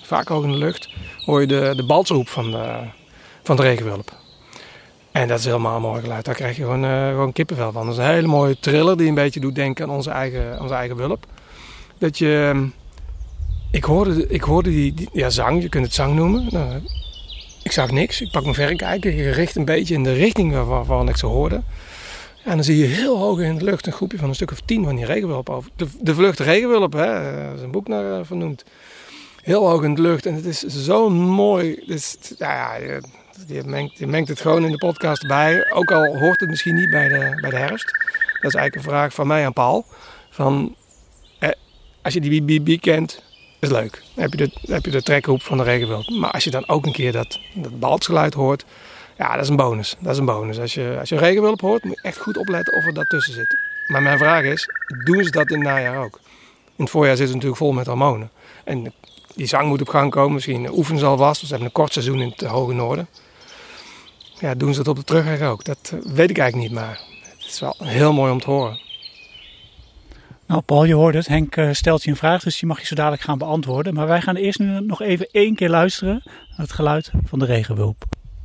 vaak hoog in de lucht, hoor je de, de balsroep van de, van de regenwulp. En dat is helemaal mooi geluid. Daar krijg je gewoon, uh, gewoon kippenvel van. Dat is een hele mooie triller die een beetje doet denken aan onze eigen, onze eigen wulp. Dat je... Ik hoorde, ik hoorde die, die ja, zang, je kunt het zang noemen. Nou, ik zag niks. Ik pak mijn verrekijker, gericht een beetje in de richting waar, waarvan ik ze hoorde. En dan zie je heel hoog in de lucht een groepje van een stuk of tien van die regenwulpen over. De, de vlucht regenwulp, hè, daar is een boek naar uh, vernoemd. Heel hoog in de lucht en het is zo mooi. Het is, nou ja, je, je, mengt, je mengt het gewoon in de podcast bij. Ook al hoort het misschien niet bij de, bij de herfst. Dat is eigenlijk een vraag van mij aan Paul. Van, eh, als je die B B B kent, is leuk. Dan heb je de, dan heb je de trekroep van de regenwulp. Maar als je dan ook een keer dat, dat baltsgeluid hoort, ja, dat is een bonus. Dat is een bonus. Als je, als je een regenwulp hoort, moet je echt goed opletten of er daartussen zit. Maar mijn vraag is, doen ze dat in het najaar ook? In het voorjaar zit het natuurlijk vol met hormonen. En die zang moet op gang komen. Misschien oefenen ze alvast. We hebben een kort seizoen in het hoge noorden. Ja, doen ze dat op de terugweg ook? Dat weet ik eigenlijk niet, maar het is wel heel mooi om te horen. Nou, Paul, je hoort het. Henk uh, stelt je een vraag, dus die mag je zo dadelijk gaan beantwoorden. Maar wij gaan eerst nu nog even één keer luisteren naar het geluid van de regenwulp.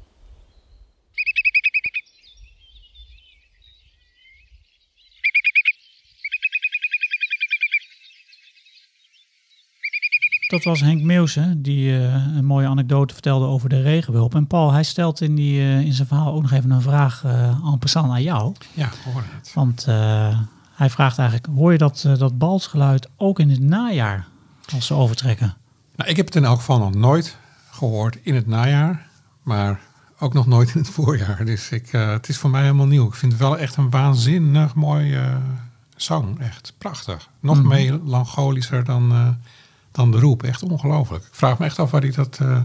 Dat was Henk Meeuwsen, die uh, een mooie anekdote vertelde over de regenwulp. En Paul, hij stelt in, die, uh, in zijn verhaal ook nog even een vraag uh, en passant aan jou. Ja, hoor het. Want uh, hij vraagt eigenlijk, hoor je dat, uh, dat balsgeluid ook in het najaar als ze overtrekken? Nou, ik heb het in elk geval nog nooit gehoord in het najaar, maar ook nog nooit in het voorjaar. Dus ik, uh, het is voor mij helemaal nieuw. Ik vind het wel echt een waanzinnig mooi uh, zang. Echt prachtig. Nog mm. melancholischer dan... Uh, dan de roep. Echt ongelooflijk. Ik vraag me echt af waar hij dat, uh, waar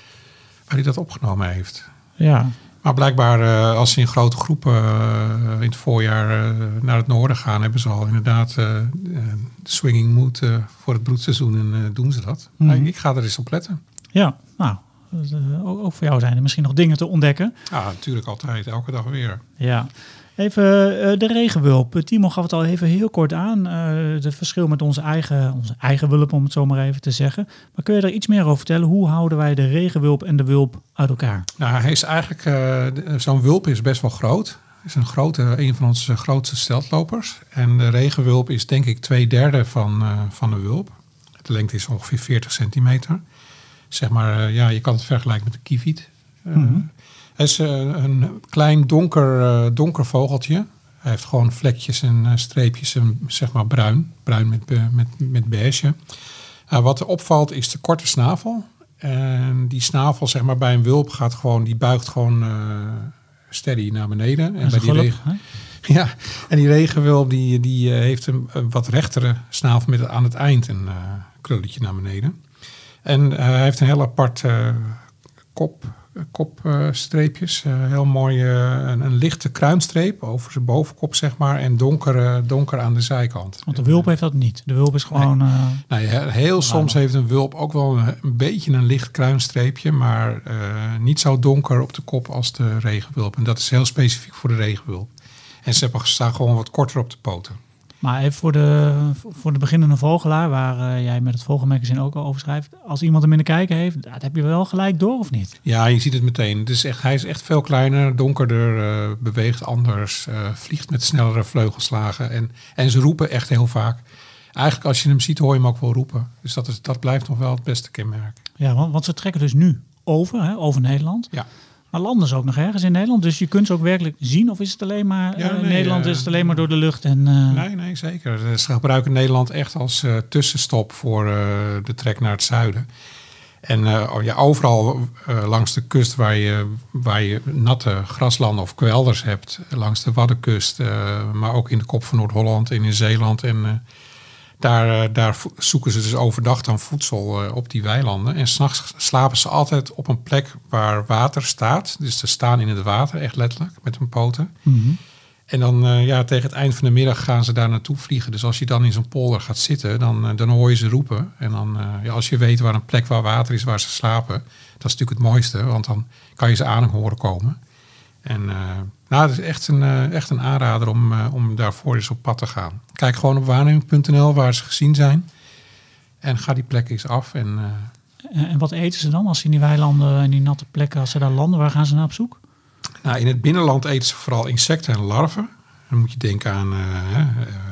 hij dat opgenomen heeft. Ja. Maar blijkbaar uh, als ze in grote groepen uh, in het voorjaar uh, naar het noorden gaan, hebben ze al inderdaad uh, uh, swinging mood uh, voor het broedseizoen en uh, doen ze dat. Mm-hmm. Ik, ik ga er eens op letten. Ja, nou, uh, ook voor jou zijn er misschien nog dingen te ontdekken. Ja, natuurlijk altijd. Elke dag weer. Ja. Even uh, de regenwulp. Timo gaf het al even heel kort aan. Uh, het verschil met onze eigen, onze eigen wulp, om het zo maar even te zeggen. Maar kun je er iets meer over vertellen? Hoe houden wij de regenwulp en de wulp uit elkaar? Nou, hij is eigenlijk, uh, zo'n wulp is best wel groot. Het is een, grote, een van onze grootste steltlopers. En de regenwulp is denk ik twee derde van, uh, van de wulp. De lengte is ongeveer veertig centimeter. Zeg maar, uh, ja, je kan het vergelijken met een kieviet. Uh, mm-hmm. Hij is uh, een klein donker, uh, donker vogeltje. Hij heeft gewoon vlekjes en uh, streepjes en zeg maar bruin. Bruin met, uh, met, met beige. Uh, wat er opvalt is de korte snavel. En die snavel zeg maar bij een wulp gaat gewoon, die buigt gewoon uh, steady naar beneden. En bij die geluk, regen, ja, en die regenwulp die, die uh, heeft een, een wat rechtere snavel met aan het eind een uh, krulletje naar beneden. En uh, hij heeft een heel apart uh, kop... kopstreepjes. Uh, uh, heel mooi uh, een, een lichte kruinstreep over zijn bovenkop, zeg maar. En donker, uh, donker aan de zijkant. Want de wulp heeft dat niet. De wulp is gewoon... Nee, uh, nee, heel, heel soms heeft een wulp ook wel een, een beetje een licht kruinstreepje. Maar uh, niet zo donker op de kop als de regenwulp. En dat is heel specifiek voor de regenwulp. En ze hebben, staan gewoon wat korter op de poten. Maar even voor de, voor de beginnende vogelaar, waar uh, jij met het Vogelmagazine ook al over schrijft. Als iemand hem in de kijker heeft, dat heb je wel gelijk door, of niet? Ja, je ziet het meteen. Het is echt, hij is echt veel kleiner, donkerder, uh, beweegt anders, uh, vliegt met snellere vleugelslagen. En, en ze roepen echt heel vaak. Eigenlijk als je hem ziet, hoor je hem ook wel roepen. Dus dat, is, dat blijft nog wel het beste kenmerk. Ja, want, want ze trekken dus nu over, hè, over Nederland. Ja. Maar landen ze ook nog ergens in Nederland? Dus je kunt ze ook werkelijk zien? Of is het alleen maar ja, uh, in nee, Nederland uh, is het alleen maar door de lucht? En, uh... Nee, nee, zeker. Ze gebruiken Nederland echt als uh, tussenstop voor uh, de trek naar het zuiden. En uh, ja, overal uh, langs de kust waar je, waar je natte graslanden of kwelders hebt. Langs de Waddenkust, uh, maar ook in de kop van Noord-Holland en in Zeeland. En uh, daar, uh, daar zoeken ze dus overdag dan voedsel uh, op die weilanden. En 's nachts slapen ze altijd op een plek waar water staat. Dus ze staan in het water, echt letterlijk, met hun poten. Mm-hmm. En dan uh, ja, tegen het eind van de middag gaan ze daar naartoe vliegen. Dus als je dan in zo'n polder gaat zitten, dan, uh, dan hoor je ze roepen. En dan, uh, ja, als je weet waar een plek waar water is, waar ze slapen, dat is natuurlijk het mooiste. Want dan kan je ze aan horen komen. En uh, nou, het is echt een, uh, echt een aanrader om, uh, om daarvoor eens op pad te gaan. Kijk gewoon op waarneming punt n l waar ze gezien zijn. En ga die plek eens af. En, uh, En, en wat eten ze dan als ze in die weilanden en die natte plekken, als ze daar landen, waar gaan ze naar op zoek? Nou, in het binnenland eten ze vooral insecten en larven. Dan moet je denken aan uh, uh,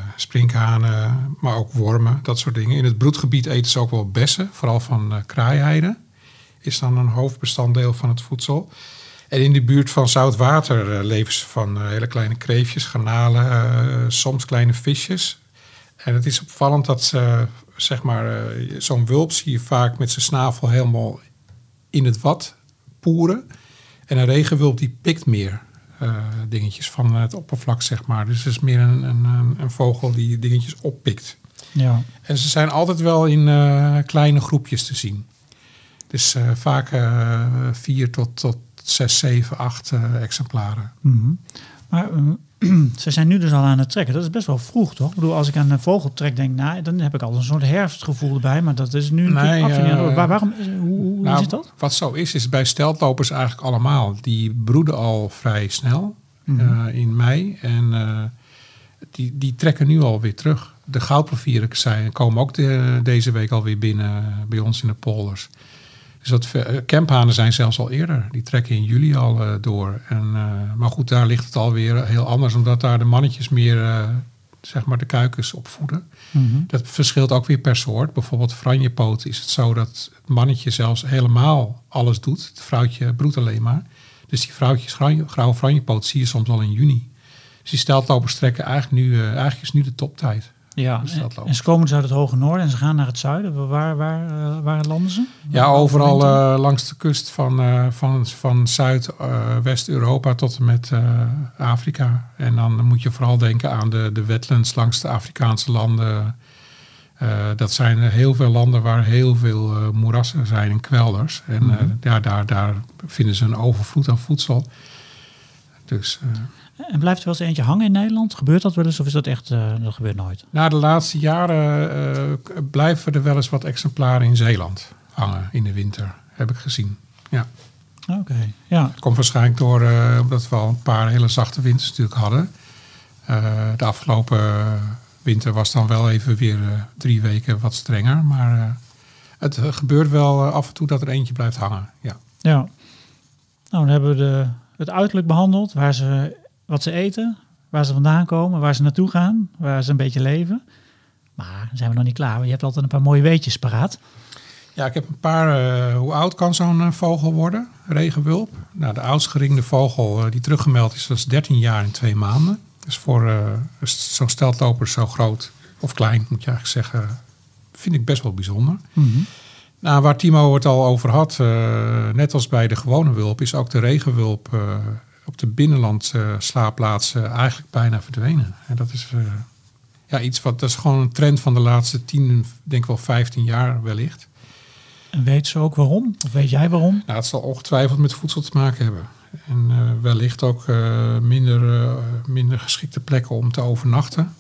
sprinkhanen, maar ook wormen, dat soort dingen. In het broedgebied eten ze ook wel bessen, vooral van uh, kraaiheiden. Is dan een hoofdbestanddeel van het voedsel. En in de buurt van zout water uh, leven ze van uh, hele kleine kreefjes, garnalen, uh, soms kleine visjes. En het is opvallend dat ze, zeg maar, uh, zo'n wulp zie je vaak met zijn snavel helemaal in het wad poeren. En een regenwulp die pikt meer uh, dingetjes van het oppervlak, zeg maar. Dus het is meer een, een, een vogel die dingetjes oppikt. Ja. En ze zijn altijd wel in uh, kleine groepjes te zien. Dus uh, vaak uh, vier tot, tot zes, zeven, acht uh, exemplaren. Mm-hmm. Maar uh, ze zijn nu dus al aan het trekken. Dat is best wel vroeg, toch? Ik bedoel, als ik aan een vogeltrek denk, nou, dan heb ik al een soort herfstgevoel erbij. Maar dat is nu nee, uh, Waar, waarom, hoe hoe nou, zit dat? Wat zo is, is bij steltlopers eigenlijk allemaal. Die broeden al vrij snel mm-hmm. uh, in mei. En uh, die, die trekken nu alweer terug. De goudplovieren zijn, komen ook de, deze week alweer binnen bij ons in de polders. Dus dat kemphanen zijn zelfs al eerder. Die trekken in juli al uh, door. En, uh, maar goed, daar ligt het alweer heel anders. Omdat daar de mannetjes meer uh, zeg maar de kuikens opvoeden. Mm-hmm. Dat verschilt ook weer per soort. Bijvoorbeeld franjepoot is het zo dat het mannetje zelfs helemaal alles doet. Het vrouwtje broedt alleen maar. Dus die vrouwtjes grauwe franjepoot zie je soms al in juni. Dus die steltlopers trekken eigenlijk nu, uh, eigenlijk is nu de toptijd. Ja, en, en ze komen dus uit het hoge noorden en ze gaan naar het zuiden. Waar, waar, uh, waar landen ze? Ja, overal uh, langs de kust van, uh, van, van Zuid-West-Europa uh, tot en met uh, Afrika. En dan moet je vooral denken aan de, de wetlands langs de Afrikaanse landen. Uh, dat zijn heel veel landen waar heel veel uh, moerassen zijn en kwelders. En uh, mm-hmm. ja, daar, daar vinden ze een overvloed aan voedsel. Dus... Uh, En blijft er wel eens eentje hangen in Nederland? Gebeurt dat wel eens of is dat echt, uh, dat gebeurt nooit? Nou, de laatste jaren uh, blijven er wel eens wat exemplaren in Zeeland hangen in de winter, heb ik gezien. Ja. Oké, okay, ja. Het komt waarschijnlijk door, uh, omdat we al een paar hele zachte winters natuurlijk hadden. Uh, de afgelopen winter was dan wel even weer uh, drie weken wat strenger. Maar uh, het uh, gebeurt wel uh, af en toe dat er eentje blijft hangen, ja. Ja. Nou, dan hebben we de, het uiterlijk behandeld, waar ze... Wat ze eten, waar ze vandaan komen, waar ze naartoe gaan, waar ze een beetje leven. Maar dan zijn we nog niet klaar. Je hebt altijd een paar mooie weetjes paraat. Ja, ik heb een paar... Uh, hoe oud kan zo'n uh, vogel worden? Regenwulp. Nou, de oudst geringde vogel uh, die teruggemeld is, was dertien jaar en twee maanden. Dus voor uh, zo'n steltloper zo groot of klein, moet je eigenlijk zeggen, vind ik best wel bijzonder. Mm-hmm. Nou, waar Timo het al over had, uh, net als bij de gewone wulp, is ook de regenwulp... Uh, op de binnenland uh, slaapplaatsen eigenlijk bijna verdwenen. En dat is uh, ja, iets wat, dat is gewoon een trend van de laatste tien, denk wel vijftien jaar wellicht. En weet ze ook waarom? Of weet jij waarom? Nou, het zal ongetwijfeld met voedsel te maken hebben. En uh, wellicht ook uh, minder, uh, minder geschikte plekken om te overnachten.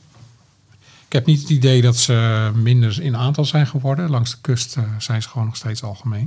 Ik heb niet het idee dat ze minder in aantal zijn geworden. Langs de kust uh, zijn ze gewoon nog steeds algemeen.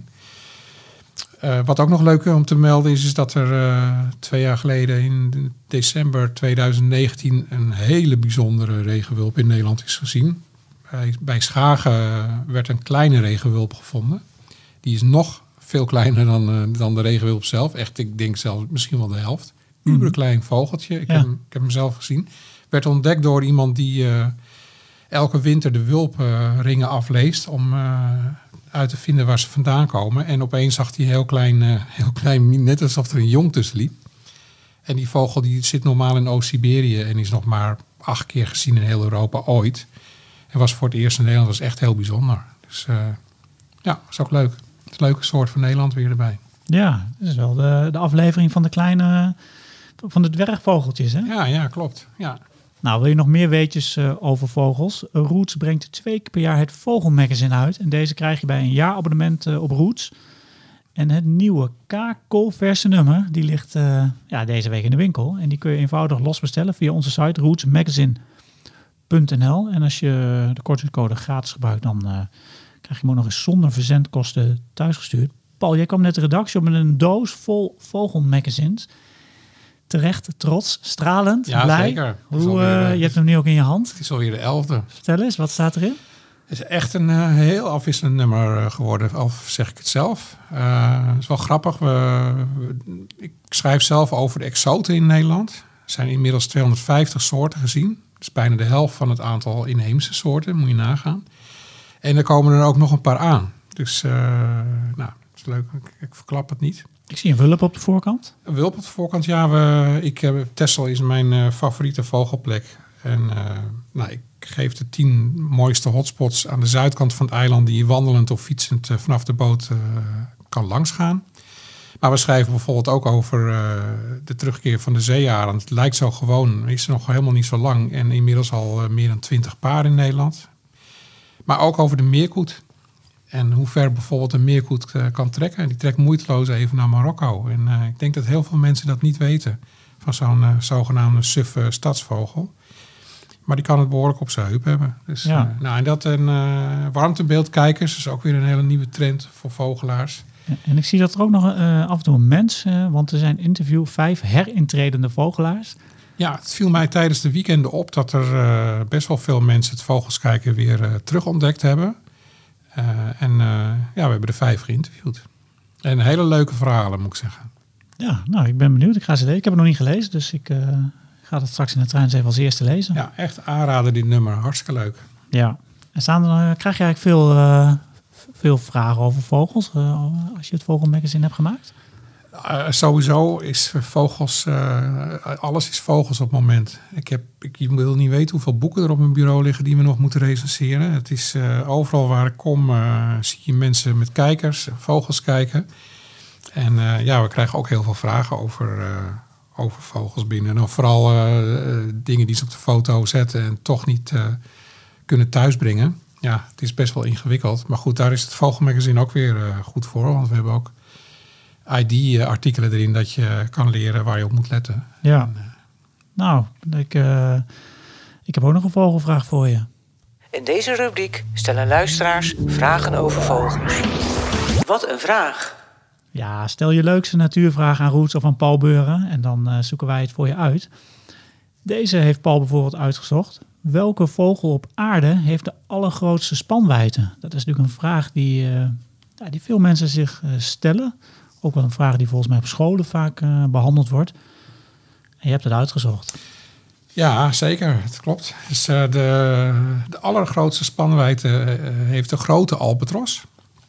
Uh, wat ook nog leuk om te melden is, is dat er uh, twee jaar geleden in december tweeduizend negentien een hele bijzondere regenwulp in Nederland is gezien. Bij, bij Schagen werd een kleine regenwulp gevonden. Die is nog veel kleiner dan, uh, dan de regenwulp zelf. Echt, ik denk zelfs misschien wel de helft. Mm. Uberklein vogeltje. Ik, ja. heb hem, ik heb hem zelf gezien. Werd ontdekt door iemand die uh, elke winter de wulpringen uh, afleest om... Uh, uit te vinden waar ze vandaan komen. En opeens zag hij heel klein, uh, heel klein, net alsof er een jong tussen liep. En die vogel die zit normaal in Oost-Siberië en is nog maar acht keer gezien in heel Europa ooit. En was voor het eerst in Nederland, was echt heel bijzonder. Dus uh, ja, is ook leuk. Het is een leuke soort van Nederland weer erbij. Ja, dat is wel de, de aflevering van de kleine, van de dwergvogeltjes, hè? Ja, ja, klopt. Ja. Nou, wil je nog meer weetjes uh, over vogels? Roots brengt twee keer per jaar het Vogelmagazine uit. En deze krijg je bij een jaarabonnement uh, op Roots. En het nieuwe kakelverse nummer, die ligt uh, ja, deze week in de winkel. En die kun je eenvoudig losbestellen via onze site rootsmagazine punt n l. En als je de kortingscode gratis gebruikt, dan uh, krijg je hem ook nog eens zonder verzendkosten thuisgestuurd. Paul, jij kwam net de redactie op met een doos vol vogelmagazines. Terecht, trots, stralend, ja, blij. Zeker. Hoe, uh, je hebt hem nu ook in je hand. Het is alweer de elfde. Vertel eens, wat staat erin? Het is echt een uh, heel afwisselend nummer uh, geworden, al zeg ik het zelf. Uh, het is wel grappig. We, we, ik schrijf zelf over de exoten in Nederland. Er zijn inmiddels tweehonderdvijftig soorten gezien. Dat is bijna de helft van het aantal inheemse soorten, moet je nagaan. En er komen er ook nog een paar aan. Dus, uh, nou, dat is leuk. Ik, ik verklap het niet. Ik zie een wulp op de voorkant. Een wulp op de voorkant, ja. We, ik, uh, Texel is mijn uh, favoriete vogelplek. En uh, nou, ik geef de tien mooiste hotspots aan de zuidkant van het eiland die je wandelend of fietsend uh, vanaf de boot uh, kan langsgaan. Maar we schrijven bijvoorbeeld ook over uh, de terugkeer van de zeearend. Het lijkt zo gewoon, is er nog helemaal niet zo lang. En inmiddels al uh, meer dan twintig paar in Nederland. Maar ook over de meerkoet. En hoe ver bijvoorbeeld een meerkoet uh, kan trekken. Die trekt moeiteloos even naar Marokko. En uh, ik denk dat heel veel mensen dat niet weten. Van zo'n uh, zogenaamde suffe stadsvogel. Maar die kan het behoorlijk op zijn heup hebben. Dus, ja. uh, nou, en dat en uh, warmtebeeldkijkers is ook weer een hele nieuwe trend voor vogelaars. Ja, en ik zie dat er ook nog uh, af en toe een mens, uh, want er zijn interview vijf herintredende vogelaars. Ja, het viel mij tijdens de weekenden op dat er uh, best wel veel mensen het vogelskijken weer uh, terug ontdekt hebben. Uh, en uh, ja, we hebben er vijf geïnterviewd. En hele leuke verhalen, moet ik zeggen. Ja, nou, ik ben benieuwd. Ik ga ze lezen. Ik heb het nog niet gelezen, dus ik uh, ga het straks in de trein eens even als eerste lezen. Ja, echt aanraden dit nummer. Hartstikke leuk. Ja. En staan er, uh, krijg je eigenlijk veel, uh, veel vragen over vogels uh, als je het Vogelmagazine hebt gemaakt? Uh, sowieso is vogels, uh, alles is vogels op het moment. Ik, heb, ik wil niet weten hoeveel boeken er op mijn bureau liggen die we nog moeten recenseren. Het is uh, overal waar ik kom, uh, zie je mensen met kijkers, vogels kijken. En uh, ja, we krijgen ook heel veel vragen over, uh, over vogels binnen. En dan vooral uh, dingen die ze op de foto zetten en toch niet uh, kunnen thuisbrengen. Ja, het is best wel ingewikkeld. Maar goed, daar is het Vogelmagazine ook weer uh, goed voor. Want we hebben ook I D-artikelen erin dat je kan leren waar je op moet letten. Ja. En, uh, nou, ik, uh, ik heb ook nog een vogelvraag voor je. In deze rubriek stellen luisteraars vragen over vogels. Wat een vraag! Ja, stel je leukste natuurvraag aan Roets of aan Paul Beuren en dan uh, zoeken wij het voor je uit. Deze heeft Paul bijvoorbeeld uitgezocht. Welke vogel op aarde heeft de allergrootste spanwijdte? Dat is natuurlijk een vraag die, uh, ja, die veel mensen zich uh, stellen. Ook wel een vraag die volgens mij op scholen vaak uh, behandeld wordt. En je hebt het uitgezocht. Ja, zeker. Het klopt. Dus, uh, de, de allergrootste spanwijdte uh, heeft de grote albatros.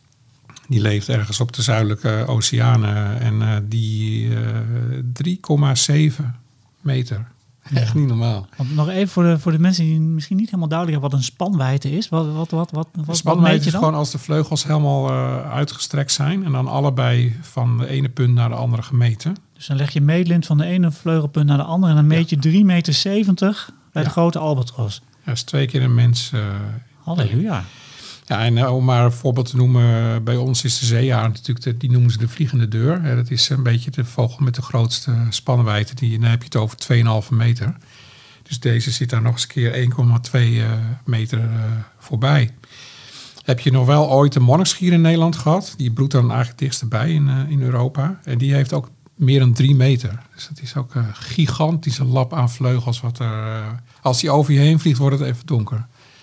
Die leeft ergens op de zuidelijke oceanen. En uh, die uh, drie komma zeven meter. Ja. Echt niet normaal. Want nog even voor de, voor de mensen die misschien niet helemaal duidelijk hebben wat een spanwijdte is. Wat, wat, wat, wat, wat, spanwijdte is gewoon als de vleugels helemaal uh, uitgestrekt zijn. En dan allebei van de ene punt naar de andere gemeten. Dus dan leg je meetlint van de ene vleugelpunt naar de andere. En dan meet je ja. drie komma zeventig meter bij ja. de grote albatros. Dat is twee keer een mens. Uh, Halleluja. Ja, en uh, om maar een voorbeeld te noemen. Bij ons is de zeearend natuurlijk, de, die noemen ze de vliegende deur. Ja, dat is een beetje de vogel met de grootste spanwijdte. Die, dan heb je het over twee komma vijf meter. Dus deze zit daar nog eens een keer één komma twee uh, meter uh, voorbij. Heb je nog wel ooit een monnikschier in Nederland gehad? Die broedt dan eigenlijk dichtstbij in, uh, in Europa. En die heeft ook meer dan drie meter. Dus dat is ook een gigantische lap aan vleugels. Wat er, uh, als die over je heen vliegt, wordt het even donker.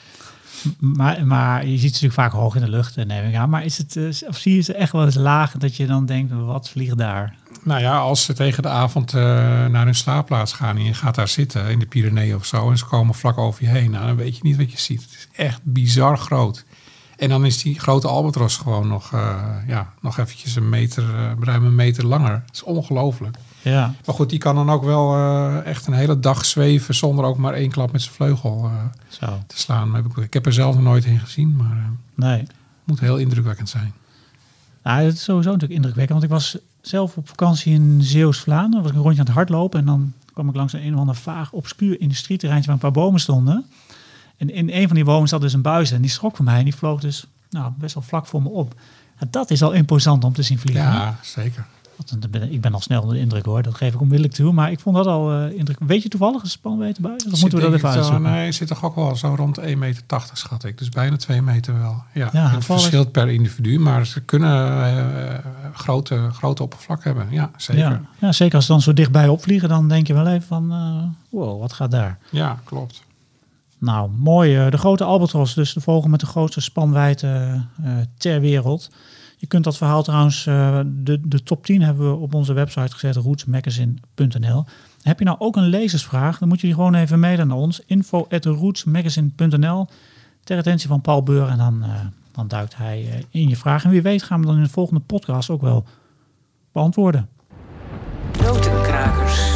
Maar, maar je ziet ze natuurlijk vaak hoog in de lucht. En ja, maar is het, of zie je ze echt wel eens laag dat je dan denkt, wat vliegt daar? Nou ja, als ze tegen de avond uh, naar hun slaapplaats gaan en je gaat daar zitten in de Pyreneeën of zo en ze komen vlak over je heen, nou, dan weet je niet wat je ziet. Het is echt bizar groot. En dan is die grote albatros gewoon nog, uh, ja, nog eventjes een meter, uh, ruim een meter langer. Dat is ongelooflijk. Ja. Maar goed, die kan dan ook wel uh, echt een hele dag zweven zonder ook maar één klap met zijn vleugel uh, Zo. te slaan. Ik heb er zelf nog nooit in gezien, maar uh, nee. het moet heel indrukwekkend zijn. Nou, het is sowieso natuurlijk indrukwekkend, want ik was zelf op vakantie in Zeeuws-Vlaanderen. Was ik een rondje aan het hardlopen en dan kwam ik langs een, een of ander vaag obscuur industrieterreintje waar een paar bomen stonden. En in een van die bomen zat dus een buis en die schrok van mij en die vloog dus nou, best wel vlak voor me op. Ja, dat is al imposant om te zien vliegen. Ja, hè? zeker. Ik ben al snel onder de indruk hoor, dat geef ik onmiddellijk toe. Maar ik vond dat al uh, indruk. Weet je toevallig een spanwijdte buiten? Dan moeten we dat even uitzoeken. Nee, zit toch ook wel zo rond één komma tachtig meter schat ik. Dus bijna twee meter wel. Ja, ja, het verschilt per individu, maar ze kunnen uh, grote, grote oppervlak hebben. Ja, zeker. Ja, ja, zeker als ze dan zo dichtbij opvliegen, dan denk je wel even van, uh, wow, wat gaat daar? Ja, klopt. Nou, mooi. Uh, de grote albatros, dus de vogel met de grootste spanwijdte uh, ter wereld. Je kunt dat verhaal trouwens, uh, de, de top tien hebben we op onze website gezet, roots magazine punt n l. Heb je nou ook een lezersvraag, dan moet je die gewoon even mailen naar ons. info at roots magazine punt n l ter attentie van Paul Beur. En dan, uh, dan duikt hij uh, in je vraag. En wie weet gaan we dan in de volgende podcast ook wel beantwoorden. Notenkrakers.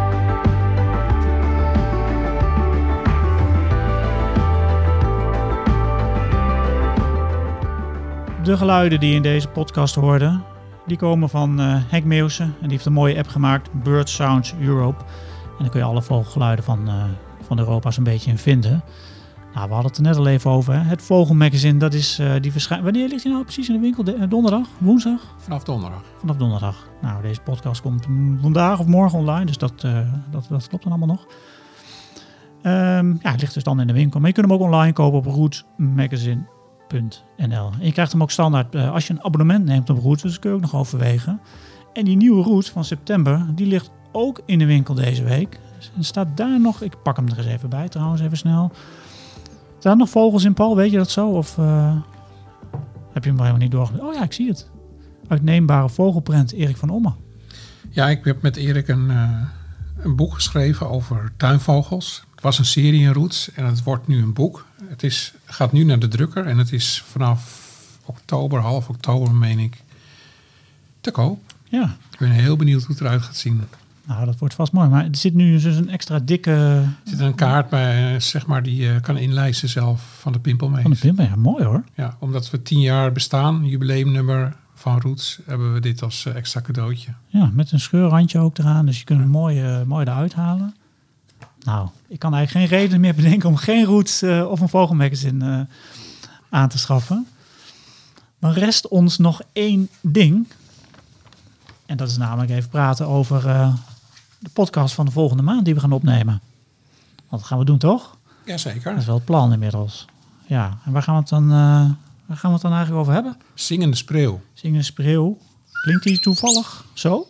De geluiden die je in deze podcast hoorde, die komen van uh, Henk Meeuwsen. En die heeft een mooie app gemaakt, Bird Sounds Europe. En daar kun je alle vogelgeluiden van, uh, van Europa zo'n beetje in vinden. Nou, we hadden het er net al even over. Hè. Het Vogelmagazine, dat is uh, die verschijnt. Wanneer ligt hij nou precies in de winkel? De, uh, donderdag? Woensdag? Vanaf donderdag. Vanaf donderdag. Nou, deze podcast komt vandaag of morgen online. Dus dat, uh, dat, dat klopt dan allemaal nog. Um, ja, het ligt dus dan in de winkel. Maar je kunt hem ook online kopen op roots magazine punt n l. En je krijgt hem ook standaard uh, als je een abonnement neemt op Roots. Dus dat kun je ook nog overwegen. En die nieuwe Roots van september, die ligt ook in de winkel deze week. En staat daar nog, ik pak hem er eens even bij trouwens, even snel. Staan er nog vogels in, Paul? Weet je dat zo? Of uh, heb je hem helemaal niet doorgelezen? Oh ja, ik zie het. Uitneembare vogelprent, Erik van Ommen. Ja, ik heb met Erik een, uh, een boek geschreven over tuinvogels. Het was een serie in Roots en het wordt nu een boek. Het is, gaat nu naar de drukker en het is vanaf oktober, half oktober meen ik, te koop. Ja. Ik ben heel benieuwd hoe het eruit gaat zien. Nou, dat wordt vast mooi. Maar er zit nu dus een extra dikke... Er zit een kaart bij, zeg maar, die je kan inlijsten zelf van de Pimpelmees. Van de Pimpel, ja, mooi hoor. Ja, omdat we tien jaar bestaan, jubileumnummer van Roots, hebben we dit als extra cadeautje. Ja, met een scheurrandje ook eraan. Dus je kunt het mooi, uh, mooi eruit halen. Nou, ik kan eigenlijk geen reden meer bedenken om geen Roots uh, of een Vogelmagazine uh, aan te schaffen. Dan rest ons nog één ding. En dat is namelijk even praten over uh, de podcast van de volgende maand die we gaan opnemen. Want dat gaan we doen, toch? Jazeker. Dat is wel het plan inmiddels. Ja, en waar gaan we het dan, uh, waar gaan we het dan eigenlijk over hebben? Zingende spreeuw. Zingende spreeuw. Klinkt die toevallig zo?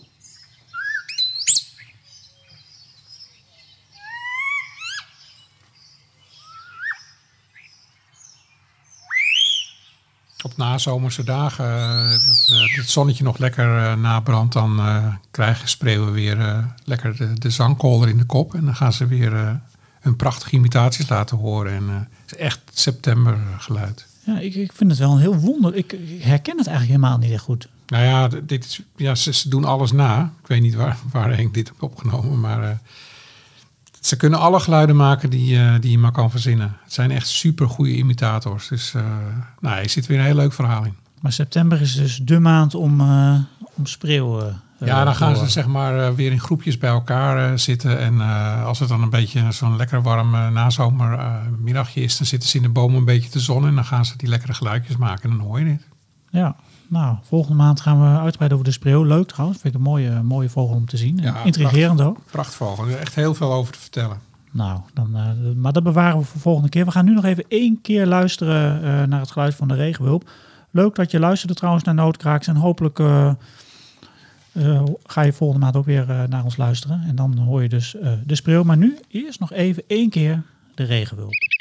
Op nazomerse dagen, uh, dat uh, het zonnetje nog lekker uh, nabrandt, dan uh, krijgen spreeuwen weer uh, lekker de, de zangkolder in de kop. En dan gaan ze weer uh, hun prachtige imitaties laten horen. En uh, het is echt september geluid. Ja, ik, ik vind het wel een heel wonder. Ik, ik herken het eigenlijk helemaal niet echt goed. Nou ja, dit is, ja ze, ze doen alles na. Ik weet niet waar, waar Henk dit heeft opgenomen, maar... Uh, Ze kunnen alle geluiden maken die, uh, die je maar kan verzinnen. Het zijn echt super goede imitators. Dus uh, nou, er zit weer een heel leuk verhaal in. Maar september is dus de maand om, uh, om spreeuwen. Uh, ja, dan gaan ze zeg maar uh, weer in groepjes bij elkaar uh, zitten. En uh, als het dan een beetje zo'n lekker warm uh, nazomermiddagje uh, is... dan zitten ze in de bomen een beetje te zonnen. En dan gaan ze die lekkere geluidjes maken en dan hoor je dit. Ja. Nou, volgende maand gaan we uitgebreid over de spreeuw. Leuk trouwens, vind ik een mooie, mooie vogel om te zien. Ja, intrigerend pracht, ook. Prachtvogel, er is echt heel veel over te vertellen. Nou, dan, uh, maar dat bewaren we voor de volgende keer. We gaan nu nog even één keer luisteren uh, naar het geluid van de regenwulp. Leuk dat je luisterde trouwens naar Nootkraaks. En hopelijk uh, uh, ga je volgende maand ook weer uh, naar ons luisteren. En dan hoor je dus uh, de spreeuw. Maar nu eerst nog even één keer de regenwulp.